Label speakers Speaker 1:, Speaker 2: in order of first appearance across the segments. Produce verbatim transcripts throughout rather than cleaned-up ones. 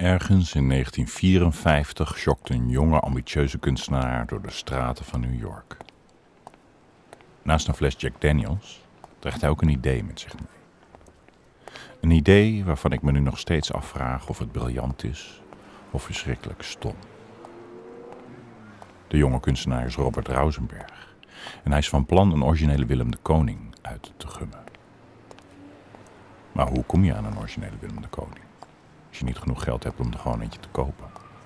Speaker 1: Ergens in negentien vierenvijftig schokte een jonge, ambitieuze kunstenaar door de straten van New York. Naast een fles Jack Daniels draagt hij ook een idee met zich mee. Een idee waarvan ik me nu nog steeds afvraag of het briljant is of verschrikkelijk stom. De jonge kunstenaar is Robert Rauschenberg en hij is van plan een originele Willem de Koning uit te gummen. Maar hoe kom je aan een originele Willem de Koning? Als je niet genoeg geld hebt om er gewoon eentje te kopen.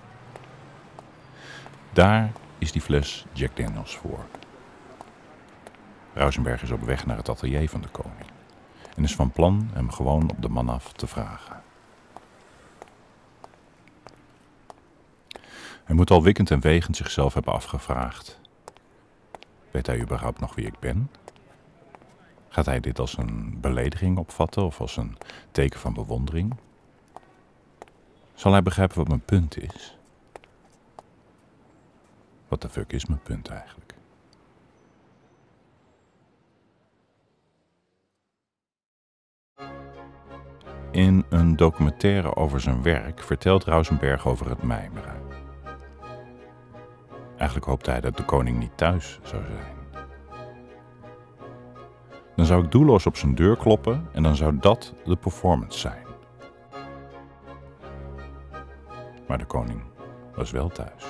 Speaker 1: Daar is die fles Jack Daniels voor. Rauschenberg is op weg naar het atelier van de koning en is van plan hem gewoon op de man af te vragen. Hij moet al wikkend en wegend zichzelf hebben afgevraagd: weet hij überhaupt nog wie ik ben? Gaat hij dit als een belediging opvatten of als een teken van bewondering? Zal hij begrijpen wat mijn punt is? Wat de fuck is mijn punt eigenlijk? In een documentaire over zijn werk vertelt Rauschenberg over het mijmeren. Eigenlijk hoopte hij dat de koning niet thuis zou zijn. Dan zou ik doelloos op zijn deur kloppen en dan zou dat de performance zijn. Maar de koning was wel thuis.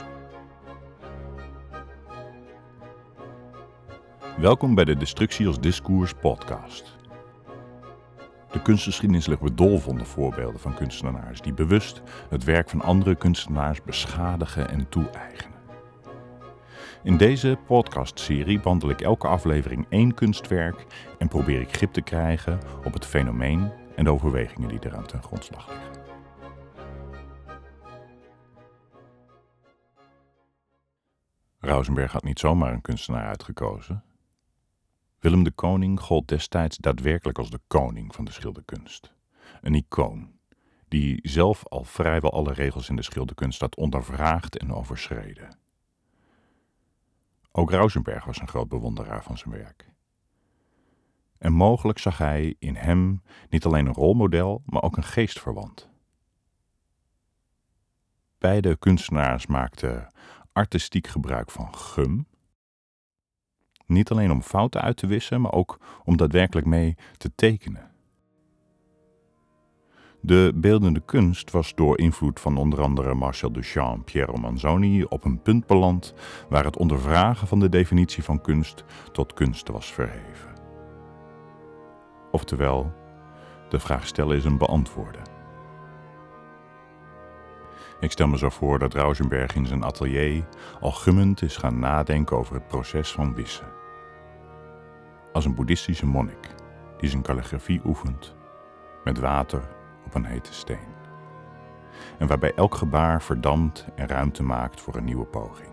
Speaker 1: Welkom bij de Destructie als Discours podcast. De kunstgeschiedenis ligt bedolven onder voorbeelden van kunstenaars die bewust het werk van andere kunstenaars beschadigen en toe-eigenen. In deze podcastserie behandel ik elke aflevering één kunstwerk en probeer ik grip te krijgen op het fenomeen en de overwegingen die eraan ten grondslag liggen. Rauschenberg had niet zomaar een kunstenaar uitgekozen. Willem de Koning gold destijds daadwerkelijk als de koning van de schilderkunst. Een icoon, die zelf al vrijwel alle regels in de schilderkunst had ondervraagd en overschreden. Ook Rauschenberg was een groot bewonderaar van zijn werk. En mogelijk zag hij in hem niet alleen een rolmodel, maar ook een geestverwant. Beide kunstenaars maakten artistiek gebruik van gum. Niet alleen om fouten uit te wissen, maar ook om daadwerkelijk mee te tekenen. De beeldende kunst was door invloed van onder andere Marcel Duchamp en Piero Manzoni op een punt beland waar het ondervragen van de definitie van kunst tot kunst was verheven. Oftewel, de vraag stellen is een beantwoorden. Ik stel me zo voor dat Rauschenberg in zijn atelier al gummend is gaan nadenken over het proces van wissen. Als een boeddhistische monnik die zijn kalligrafie oefent met water op een hete steen. En waarbij elk gebaar verdampt en ruimte maakt voor een nieuwe poging.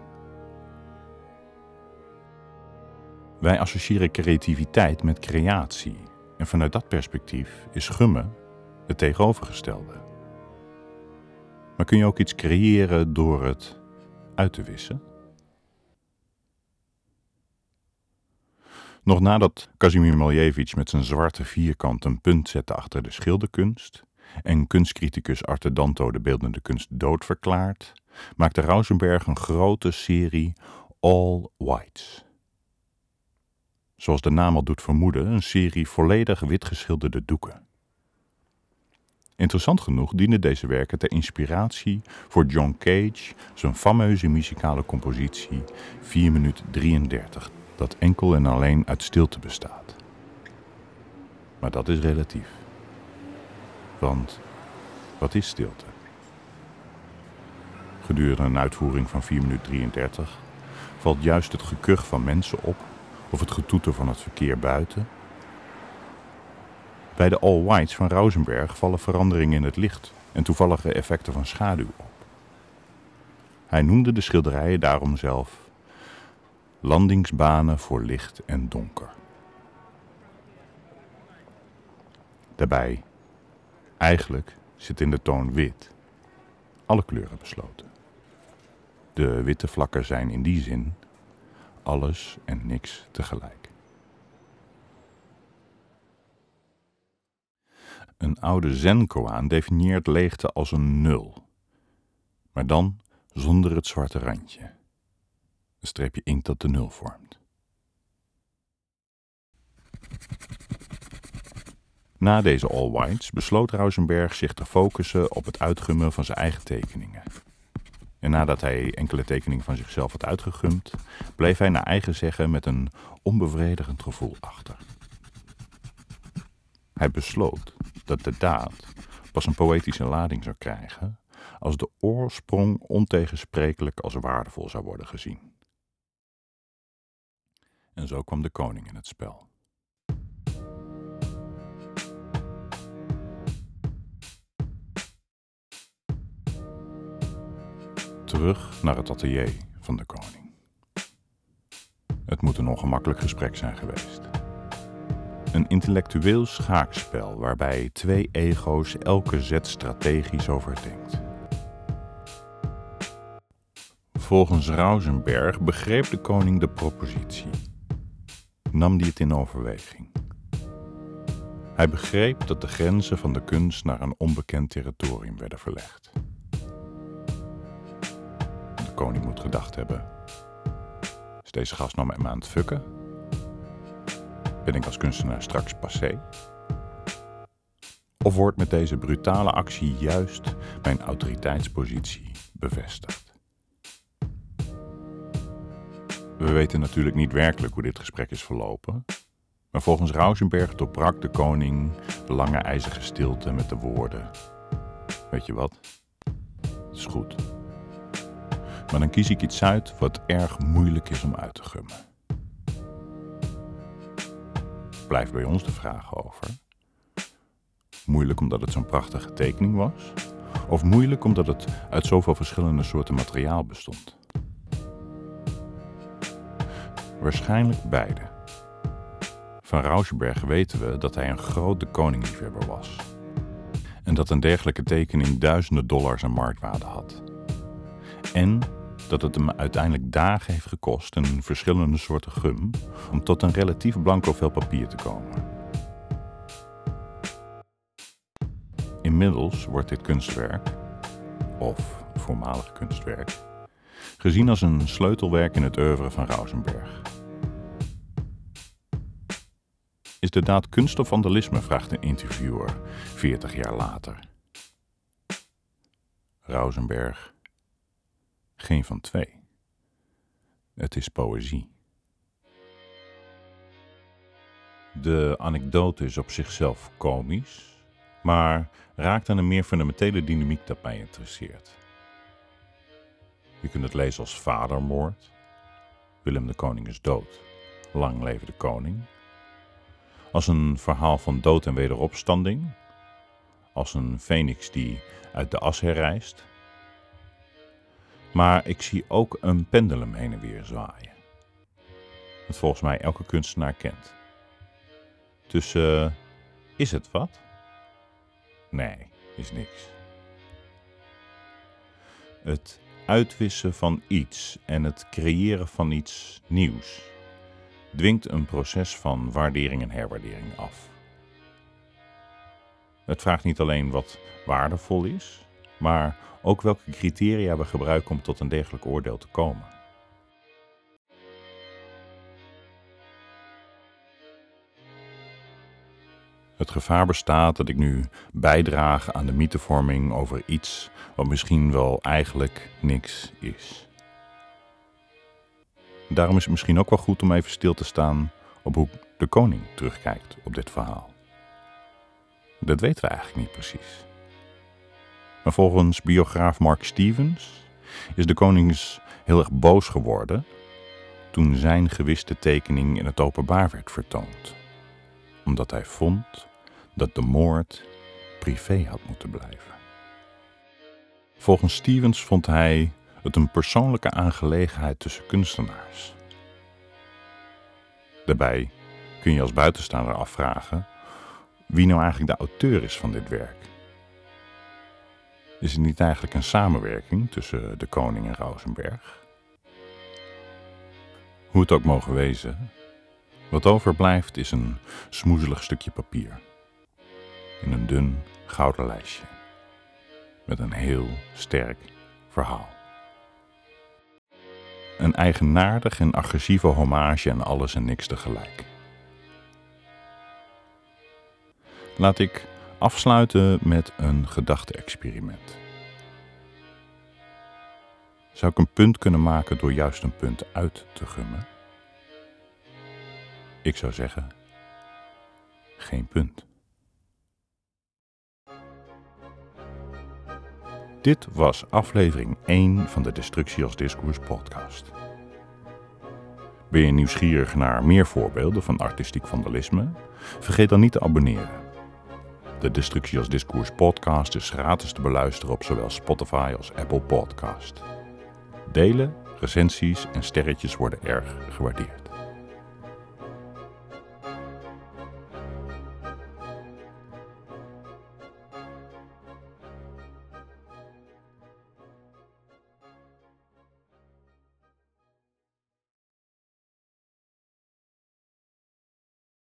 Speaker 1: Wij associëren creativiteit met creatie. En vanuit dat perspectief is gummen het tegenovergestelde. Maar kun je ook iets creëren door het uit te wissen? Nog nadat Kazimir Malevich met zijn zwarte vierkant een punt zette achter de schilderkunst en kunstcriticus Arte Danto de beeldende kunst doodverklaart, maakte Rauschenberg een grote serie All Whites. Zoals de naam al doet vermoeden, een serie volledig wit geschilderde doeken. Interessant genoeg dienen deze werken ter inspiratie voor John Cage zijn fameuze muzikale compositie vier minuten drieëndertig, dat enkel en alleen uit stilte bestaat. Maar dat is relatief. Want wat is stilte? Gedurende een uitvoering van vier minuten drieëndertig valt juist het gekuch van mensen op of het getoeter van het verkeer buiten. Bij de All Whites van Rauschenberg vallen veranderingen in het licht en toevallige effecten van schaduw op. Hij noemde de schilderijen daarom zelf landingsbanen voor licht en donker. Daarbij, eigenlijk zit in de toon wit alle kleuren besloten. De witte vlakken zijn in die zin alles en niks tegelijk. Een oude Zen-koan definieert leegte als een nul. maar dan zonder het zwarte randje. Een streepje inkt dat de nul vormt. Na deze all-whites besloot Rauschenberg zich te focussen op het uitgummen van zijn eigen tekeningen. En nadat hij enkele tekeningen van zichzelf had uitgegumd, bleef hij naar eigen zeggen met een onbevredigend gevoel achter. Hij besloot dat de daad pas een poëtische lading zou krijgen als de oorsprong ontegensprekelijk als waardevol zou worden gezien. En zo kwam de koning in het spel. Terug naar het atelier van de koning. Het moet een ongemakkelijk gesprek zijn geweest. Een intellectueel schaakspel waarbij twee ego's elke zet strategisch overdenkt. Volgens Rauschenberg begreep de koning de propositie. Nam die het in overweging. Hij begreep dat de grenzen van de kunst naar een onbekend territorium werden verlegd. De koning moet gedacht hebben: is deze gast nou met me aan het fucken? Ben ik als kunstenaar straks passé? Of wordt met deze brutale actie juist mijn autoriteitspositie bevestigd? We weten natuurlijk niet werkelijk hoe dit gesprek is verlopen, maar volgens Rauschenberg doorbrak de koning de lange ijzige stilte met de woorden: weet je wat? Het is goed. Maar dan kies ik iets uit wat erg moeilijk is om uit te gummen. Blijft bij ons de vraag over: moeilijk omdat het zo'n prachtige tekening was? Of moeilijk omdat het uit zoveel verschillende soorten materiaal bestond? Waarschijnlijk beide. Van Rauschenberg weten we dat hij een grote koningliefhebber was. En dat een dergelijke tekening duizenden dollars aan marktwaarde had. En dat het hem uiteindelijk dagen heeft gekost en verschillende soorten gum om tot een relatief blanco vel papier te komen. Inmiddels wordt dit kunstwerk, of voormalig kunstwerk, gezien als een sleutelwerk in het oeuvre van Rauschenberg. Is de daad kunst of vandalisme, vraagt een interviewer veertig jaar later. Rauschenberg: geen van twee. Het is poëzie. De anekdote is op zichzelf komisch, maar raakt aan een meer fundamentele dynamiek dat mij interesseert. Je kunt het lezen als vadermoord. Willem de Koning is dood. Lang leve de koning. Als een verhaal van dood en wederopstanding. Als een feniks die uit de as herrijst. Maar ik zie ook een pendulum heen en weer zwaaien. Dat volgens mij elke kunstenaar kent. Dus uh, is het wat? Nee, is niks. Het uitwissen van iets en het creëren van iets nieuws dwingt een proces van waardering en herwaardering af. Het vraagt niet alleen wat waardevol is, maar ook welke criteria we gebruiken om tot een dergelijk oordeel te komen. Het gevaar bestaat dat ik nu bijdraag aan de mythevorming over iets wat misschien wel eigenlijk niks is. Daarom is het misschien ook wel goed om even stil te staan op hoe de koning terugkijkt op dit verhaal. Dat weten we eigenlijk niet precies. Maar volgens biograaf Mark Stevens is de koning heel erg boos geworden toen zijn gewiste tekening in het openbaar werd vertoond. Omdat hij vond dat de moord privé had moeten blijven. Volgens Stevens vond hij het een persoonlijke aangelegenheid tussen kunstenaars. Daarbij kun je als buitenstaander afvragen wie nou eigenlijk de auteur is van dit werk. Is het niet eigenlijk een samenwerking tussen de koning en Rauschenberg? Hoe het ook mogen wezen, wat overblijft is een smoezelig stukje papier. In een dun gouden lijstje. Met een heel sterk verhaal. Een eigenaardig en agressieve hommage aan alles en niks tegelijk. Laat ik afsluiten met een gedachte-experiment. Zou ik een punt kunnen maken door juist een punt uit te gummen? Ik zou zeggen, geen punt. Dit was aflevering één van de Destructie als Discours podcast. Ben je nieuwsgierig naar meer voorbeelden van artistiek vandalisme? Vergeet dan niet te abonneren. De Destructie als Discours podcast is gratis te beluisteren op zowel Spotify als Apple Podcast. Delen, recensies en sterretjes worden erg gewaardeerd.